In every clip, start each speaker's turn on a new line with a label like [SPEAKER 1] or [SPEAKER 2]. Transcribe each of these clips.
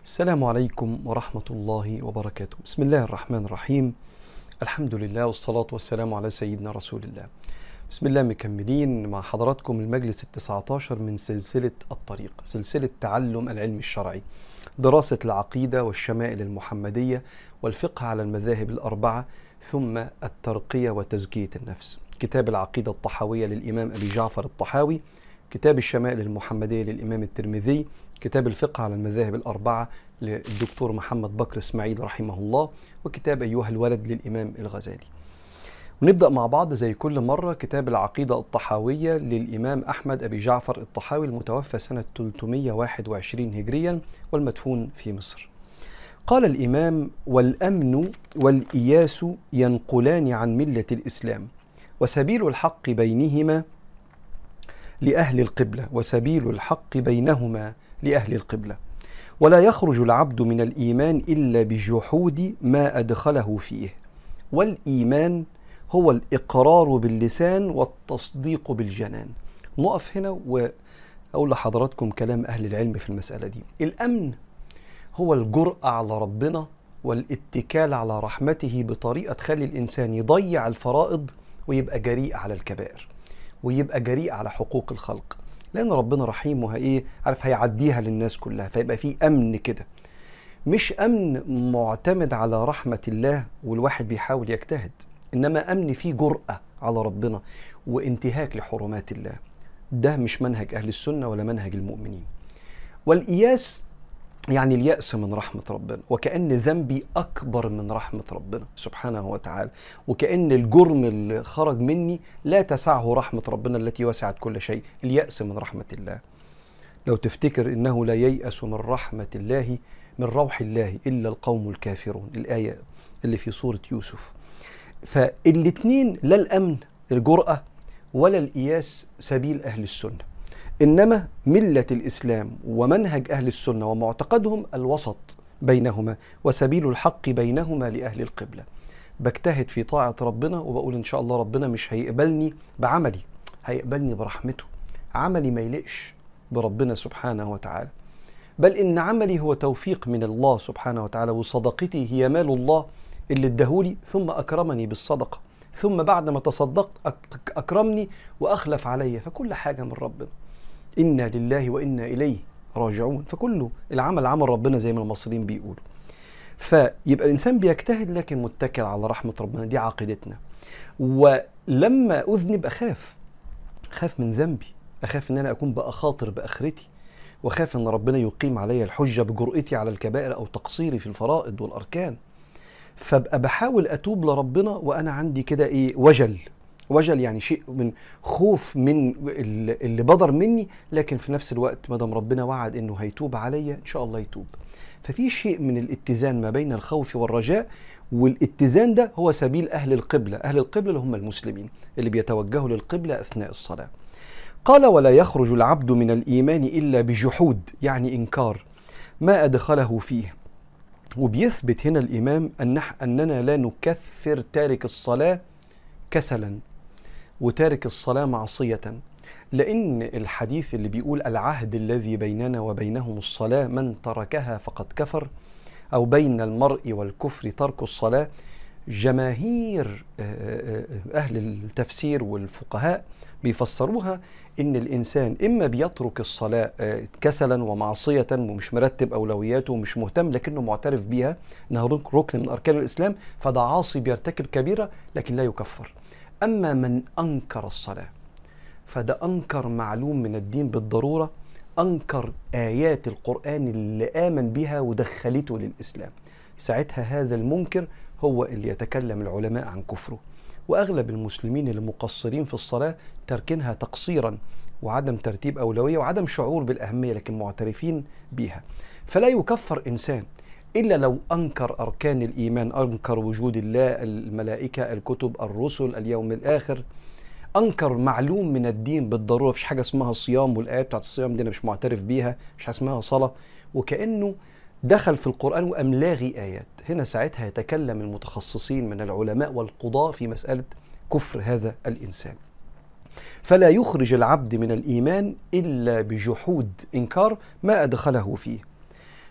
[SPEAKER 1] السلام عليكم ورحمة الله وبركاته. بسم الله الرحمن الرحيم. الحمد لله والصلاة والسلام على سيدنا رسول الله. بسم الله مكملين مع حضراتكم المجلس 19 من سلسلة الطريق، سلسلة تعلم العلم الشرعي، دراسة العقيدة والشمائل المحمدية والفقه على المذاهب الأربعة، ثم الترقية وتزكية النفس. كتاب العقيدة الطحاوية للإمام أبي جعفر الطحاوي، كتاب الشمائل المحمدية للإمام الترمذي، كتاب الفقه على المذاهب الأربعة للدكتور محمد بكر إسماعيل رحمه الله، وكتاب أيها الولد للإمام الغزالي. ونبدأ مع بعض زي كل مرة كتاب العقيدة الطحاوية للإمام أحمد أبي جعفر الطحاوي المتوفى سنة 321 هجريا والمدفون في مصر. قال الإمام: والأمن والإياس ينقلان عن ملة الإسلام، وسبيل الحق بينهما لأهل القبلة، وسبيل الحق بينهما لأهل القبلة، ولا يخرج العبد من الإيمان إلا بجحود ما أدخله فيه. والإيمان هو الإقرار باللسان والتصديق بالجنان. نقف هنا وأقول لحضراتكم كلام أهل العلم في المسألة دي. الأمن هو الجرأة على ربنا والاتكال على رحمته بطريقة تخلي الإنسان يضيع الفرائض ويبقى جريء على الكبائر، ويبقى جريء على حقوق الخلق، لأن ربنا رحيم عارف هيعديها للناس كلها، فيبقى فيه أمن كده. مش أمن معتمد على رحمة الله والواحد بيحاول يجتهد، إنما أمن فيه جرأة على ربنا وانتهاك لحرمات الله. ده مش منهج أهل السنة ولا منهج المؤمنين. والإياس يعني اليأس من رحمة ربنا، وكأن ذنبي أكبر من رحمة ربنا سبحانه وتعالى، وكأن الجرم اللي خرج مني لا تسعه رحمة ربنا التي وسعت كل شيء. اليأس من رحمة الله. لو تفتكر إنه لا ييأس من رحمة الله من روح الله إلا القوم الكافرون، الآية اللي في سورة يوسف. فالاتنين لا الأمن الجرأة ولا الإياس سبيل أهل السنة، إنما ملة الإسلام ومنهج أهل السنة ومعتقدهم الوسط بينهما، وسبيل الحق بينهما لأهل القبلة. بجتهد في طاعة ربنا وبقول إن شاء الله ربنا مش هيقبلني بعملي، هيقبلني برحمته. عملي ما يلقش بربنا سبحانه وتعالى، بل إن عملي هو توفيق من الله سبحانه وتعالى، وصدقتي هي مال الله اللي ادهولي، ثم أكرمني بالصدقة، ثم بعد ما تصدقت أكرمني وأخلف علي، فكل حاجة من ربنا. إنا لله وإنا إليه راجعون، فكله العمل عمل ربنا زي ما المصريين بيقولوا. فيبقى الإنسان بيجتهد لكن متكل على رحمة ربنا، دي عقيدتنا. ولما أذنب أخاف من ذنبي، أخاف إن أنا أكون بأخاطر بآخرتي، وأخاف إن ربنا يقيم علي الحجة بجرأتي على الكبائر أو تقصيري في الفرائض والأركان. فبقى بحاول أتوب لربنا وأنا عندي كده وجل يعني شيء من خوف من اللي بدر مني، لكن في نفس الوقت ما دام ربنا وعد انه هيتوب عليا ان شاء الله يتوب. ففي شيء من الاتزان ما بين الخوف والرجاء، والاتزان ده هو سبيل اهل القبلة. اهل القبلة اللي هم المسلمين اللي بيتوجهوا للقبلة اثناء الصلاة. قال: ولا يخرج العبد من الايمان الا بجحود، يعني انكار ما ادخله فيه. وبيثبت هنا الامام اننا لا نكفر تارك الصلاة كسلا وتارك الصلاة معصية، لأن الحديث اللي بيقول العهد الذي بيننا وبينهم الصلاة من تركها فقد كفر، أو بين المرء والكفر ترك الصلاة، جماهير أهل التفسير والفقهاء بيفسروها إن الإنسان إما بيترك الصلاة كسلا ومعصية ومش مرتب أولوياته ومش مهتم، لكنه معترف بيها إنها ركن من أركان الإسلام، فده عاصي بيرتكب كبيرة لكن لا يكفر. أما من أنكر الصلاة فده أنكر معلوم من الدين بالضرورة، أنكر آيات القرآن اللي آمن بها ودخلته للإسلام. ساعتها هذا المنكر هو اللي يتكلم العلماء عن كفره. وأغلب المسلمين اللي مقصرين في الصلاة تركنها تقصيرا وعدم ترتيب أولوية وعدم شعور بالأهمية، لكن معترفين بيها. فلا يكفر إنسان إلا لو أنكر أركان الإيمان، أنكر وجود الله، الملائكة، الكتب، الرسل، اليوم الآخر، أنكر معلوم من الدين بالضرورة. مفيش حاجة اسمها صيام، والآيات بتاعت الصيام دي أنا مش معترف بيها، مش حاجة اسمها صلاة، وكأنه دخل في القرآن وأم لاغي آيات. هنا ساعتها يتكلم المتخصصين من العلماء والقضاة في مسألة كفر هذا الإنسان. فلا يخرج العبد من الإيمان إلا بجحود إنكار ما أدخله فيه.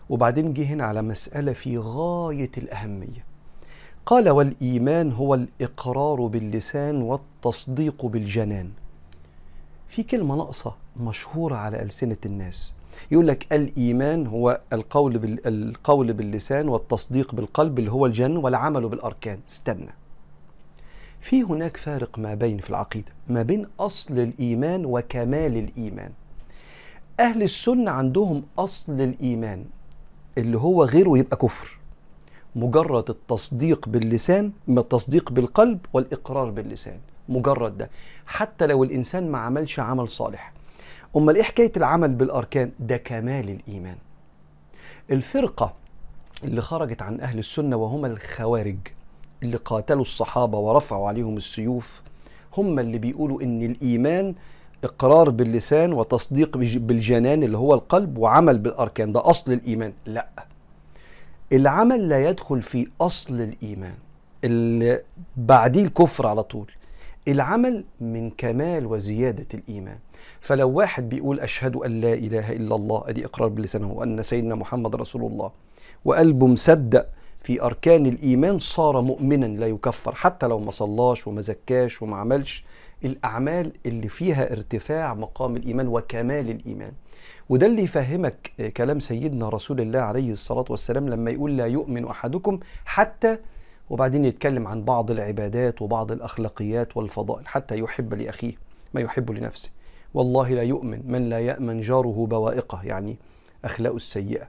[SPEAKER 1] وبعدين جه هنا على مسألة في غاية الأهمية. قال والإيمان هو الإقرار باللسان والتصديق بالجنان. في كلمة ناقصة مشهورة على ألسنة الناس، يقول لك الإيمان هو القول باللسان والتصديق بالقلب اللي هو الجنان والعمل بالأركان. استنى، في هناك فارق ما بين في العقيدة ما بين أصل الإيمان وكمال الإيمان. أهل السنة عندهم أصل الإيمان اللي هو غيره يبقى كفر، مجرد التصديق باللسان، التصديق بالقلب والإقرار باللسان، مجرد ده، حتى لو الإنسان ما عملش عمل صالح. أمال إيه حكاية العمل بالأركان؟ ده كمال الإيمان. الفرقة اللي خرجت عن أهل السنة وهم الخوارج اللي قاتلوا الصحابة ورفعوا عليهم السيوف، هم اللي بيقولوا إن الإيمان إقرار باللسان وتصديق بالجنان اللي هو القلب وعمل بالأركان، ده أصل الإيمان. لا، العمل لا يدخل في أصل الإيمان اللي بعديه الكفر على طول. العمل من كمال وزيادة الإيمان. فلو واحد بيقول أشهد أن لا إله إلا الله، أدي إقرار بلسانه، وأن سيدنا محمد رسول الله، وقلبه مصدق في أركان الإيمان، صار مؤمنا لا يكفر، حتى لو ما صلاش وما زكاش وما عملش الأعمال اللي فيها ارتفاع مقام الإيمان وكمال الإيمان. وده اللي يفهمك كلام سيدنا رسول الله عليه الصلاة والسلام لما يقول لا يؤمن أحدكم حتى، وبعدين يتكلم عن بعض العبادات وبعض الأخلاقيات والفضائل، حتى يحب لأخيه ما يحب لنفسه. والله لا يؤمن من لا يأمن جاره بوائقه، يعني أخلاقه السيئة.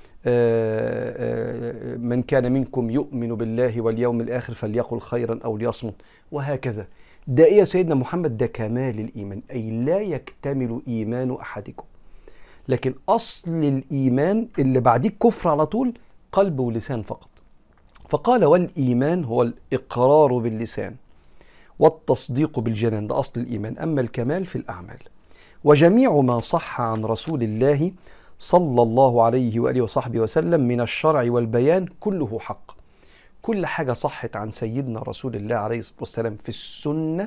[SPEAKER 1] من كان منكم يؤمن بالله واليوم الآخر فليقل خيرا أو ليصمت، وهكذا. ده إيه يا سيدنا محمد؟ ده كمال الإيمان، أي لا يكتمل إيمان أحدكم. لكن أصل الإيمان اللي بعديه كفر على طول، قلب ولسان فقط. فقال والإيمان هو الإقرار باللسان والتصديق بالجنان، ده أصل الإيمان، أما الكمال في الأعمال. وجميع ما صح عن رسول الله صلى الله عليه وآله وصحبه وسلم من الشرع والبيان كله حق. كل حاجة صحت عن سيدنا رسول الله عليه الصلاة والسلام في السنة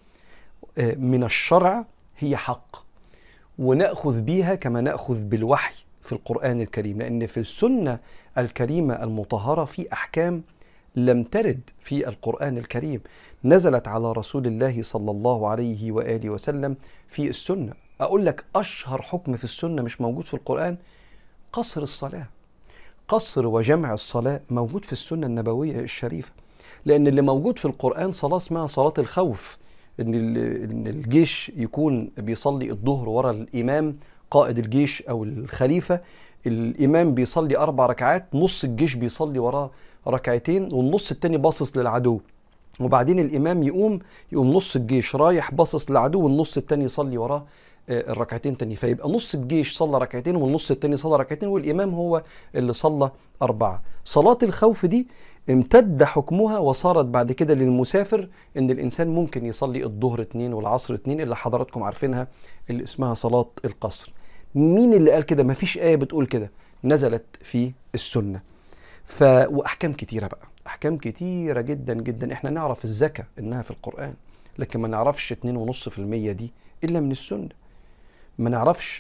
[SPEAKER 1] من الشرع هي حق، ونأخذ بيها كما نأخذ بالوحي في القرآن الكريم، لأن في السنة الكريمة المطهرة في أحكام لم ترد في القرآن الكريم، نزلت على رسول الله صلى الله عليه وآله وسلم في السنة. أقول لك أشهر حكم في السنة مش موجود في القرآن، قصر الصلاة. قصر وجمع الصلاة موجود في السنة النبوية الشريفة، لأن اللي موجود في القرآن صلاة اسمها صلاة الخوف، إن الجيش يكون بيصلي الظهر ورا الإمام قائد الجيش أو الخليفة، الإمام بيصلي 4 ركعات، نص الجيش بيصلي وراه ركعتين والنص التاني باصص للعدو، وبعدين الإمام يقوم نص الجيش رايح باصص للعدو والنص التاني يصلي وراه الركعتين تاني، فيبقى نص الجيش صلى ركعتين والنص التاني صلى ركعتين والإمام هو اللي صلى 4. صلاة الخوف دي امتد حكمها وصارت بعد كده للمسافر ان الانسان ممكن يصلي الظهر 2 والعصر 2 اللي حضراتكم عارفينها اللي اسمها صلاة القصر. مين اللي قال كده؟ مفيش آية بتقول كده، نزلت في السنة. واحكام كتيرة بقى، احكام كتيرة جدا جدا. احنا نعرف الزكاة انها في القرآن، لكن ما نعرفش 2.5% دي الا من السنة. ما نعرفش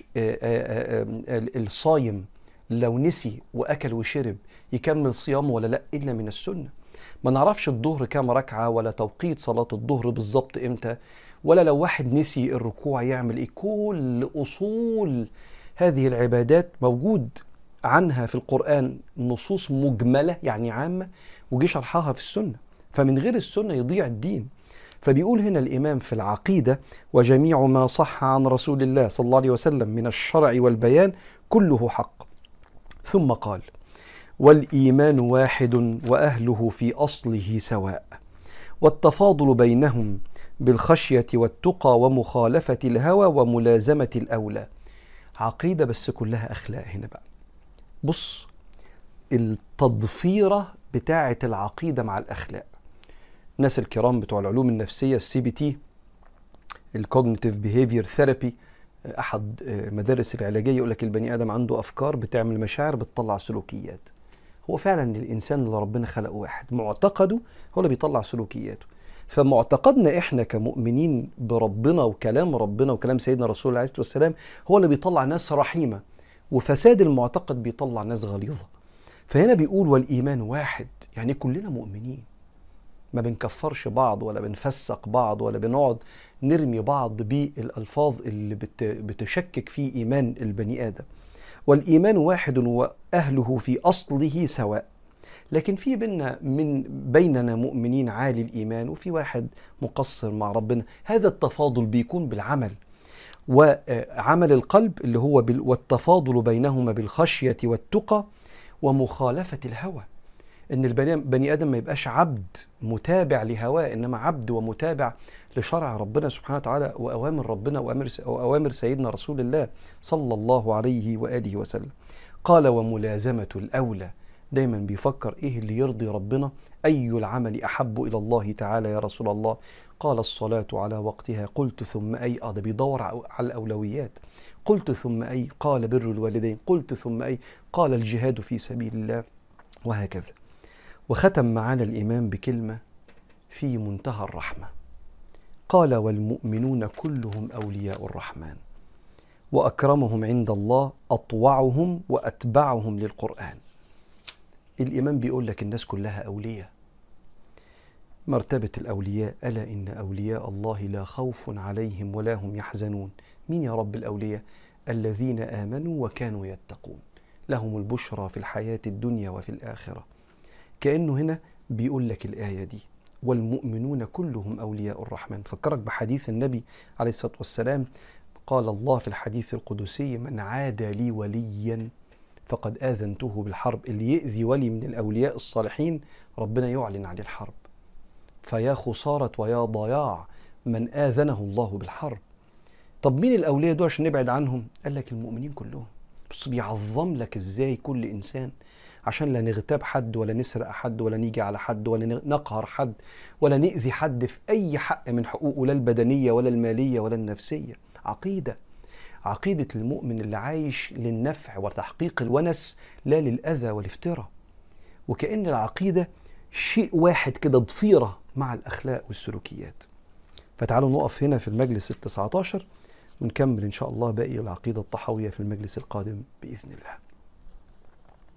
[SPEAKER 1] الصايم لو نسي واكل وشرب يكمل صيامه ولا لا الا من السنة. ما نعرفش الظهر كام ركعة ولا توقيت صلاة الظهر بالظبط امتى، ولا لو واحد نسي الركوع يعمل ايه. كل اصول هذه العبادات موجود عنها في القرآن نصوص مجملة يعني عامة، وجي شرحها في السنة. فمن غير السنة يضيع الدين. فبيقول هنا الإمام في العقيدة وجميع ما صح عن رسول الله صلى الله عليه وسلم من الشرع والبيان كله حق. ثم قال والإيمان واحد وأهله في أصله سواء، والتفاضل بينهم بالخشية والتقى ومخالفة الهوى وملازمة الأولى. عقيدة بس كلها أخلاق. هنا بقى بص التضفيرة بتاعة العقيدة مع الأخلاق. الناس الكرام بتوع العلوم النفسية CBT الكوجنيتيف بيهيفير ثيرابي، أحد مدارس العلاجية، يقول لك البني آدم عنده أفكار بتعمل مشاعر بتطلع سلوكيات. هو فعلا الإنسان اللي ربنا خلقه واحد، معتقده هو اللي بيطلع سلوكياته. فمعتقدنا إحنا كمؤمنين بربنا وكلام ربنا وكلام سيدنا رسول الله عليه الصلاة والسلام هو اللي بيطلع ناس رحيمة وفساد المعتقد بيطلع ناس غليظة. فهنا بيقول والإيمان واحد، يعني كلنا مؤمنين، ما بنكفرش بعض ولا بنفسق بعض ولا بنقعد نرمي بعض بالألفاظ اللي بتشكك في إيمان البني آدم. والإيمان واحد وأهله في أصله سواء. لكن في بيننا مؤمنين عالي الإيمان وفي واحد مقصر مع ربنا. هذا التفاضل بيكون بالعمل، وعمل القلب اللي هو والتفاضل بينهما بالخشية والتقى ومخالفة الهوى. إن البني آدم ما يبقاش عبد متابع لهواه، إنما عبد ومتابع لشرع ربنا سبحانه وتعالى وأوامر ربنا وأوامر سيدنا رسول الله صلى الله عليه وآله وسلم. قال وملازمة الأولى، دايما بيفكر إيه اللي يرضي ربنا، أي العمل أحب إلى الله تعالى يا رسول الله؟ قال الصلاة على وقتها. قلت ثم أي؟ ده بيدور على الأولويات. قلت ثم أي؟ قال بر الوالدين. قلت ثم أي؟ قال الجهاد في سبيل الله، وهكذا. وختم معنا الإمام بكلمة في منتهى الرحمة، قال والمؤمنون كلهم أولياء الرحمن وأكرمهم عند الله أطوعهم وأتبعهم للقرآن. الإمام بيقول لك الناس كلها أولياء. مرتبة الأولياء، ألا إن أولياء الله لا خوف عليهم ولا هم يحزنون. مين يا رب الأولياء؟ الذين آمنوا وكانوا يتقون، لهم البشرى في الحياة الدنيا وفي الآخرة. كأنه هنا بيقول لك الآية دي والمؤمنون كلهم أولياء الرحمن. فكرك بحديث النبي عليه الصلاة والسلام، قال الله في الحديث القدسي من عادى لي وليا فقد آذنته بالحرب. اللي يأذي ولي من الأولياء الصالحين ربنا يعلن عن الحرب. فيا خسارة ويا ضياع من آذنه الله بالحرب. طب مين الأولياء دول عشان نبعد عنهم؟ قال لك المؤمنين كلهم. بص بيعظم لك إزاي كل إنسان، عشان لا نغتاب حد ولا نسرق حد ولا نيجي على حد ولا نقهر حد ولا نأذي حد في أي حق من حقوقه، لا البدنية ولا المالية ولا النفسية. عقيدة المؤمن اللي عايش للنفع وتحقيق الونس لا للأذى والافتراء. وكأن العقيدة شيء واحد كده، ضفيرة مع الأخلاق والسلوكيات. فتعالوا نقف هنا في المجلس 19 ونكمل إن شاء الله باقي العقيدة الطحاوية في المجلس القادم بإذن الله.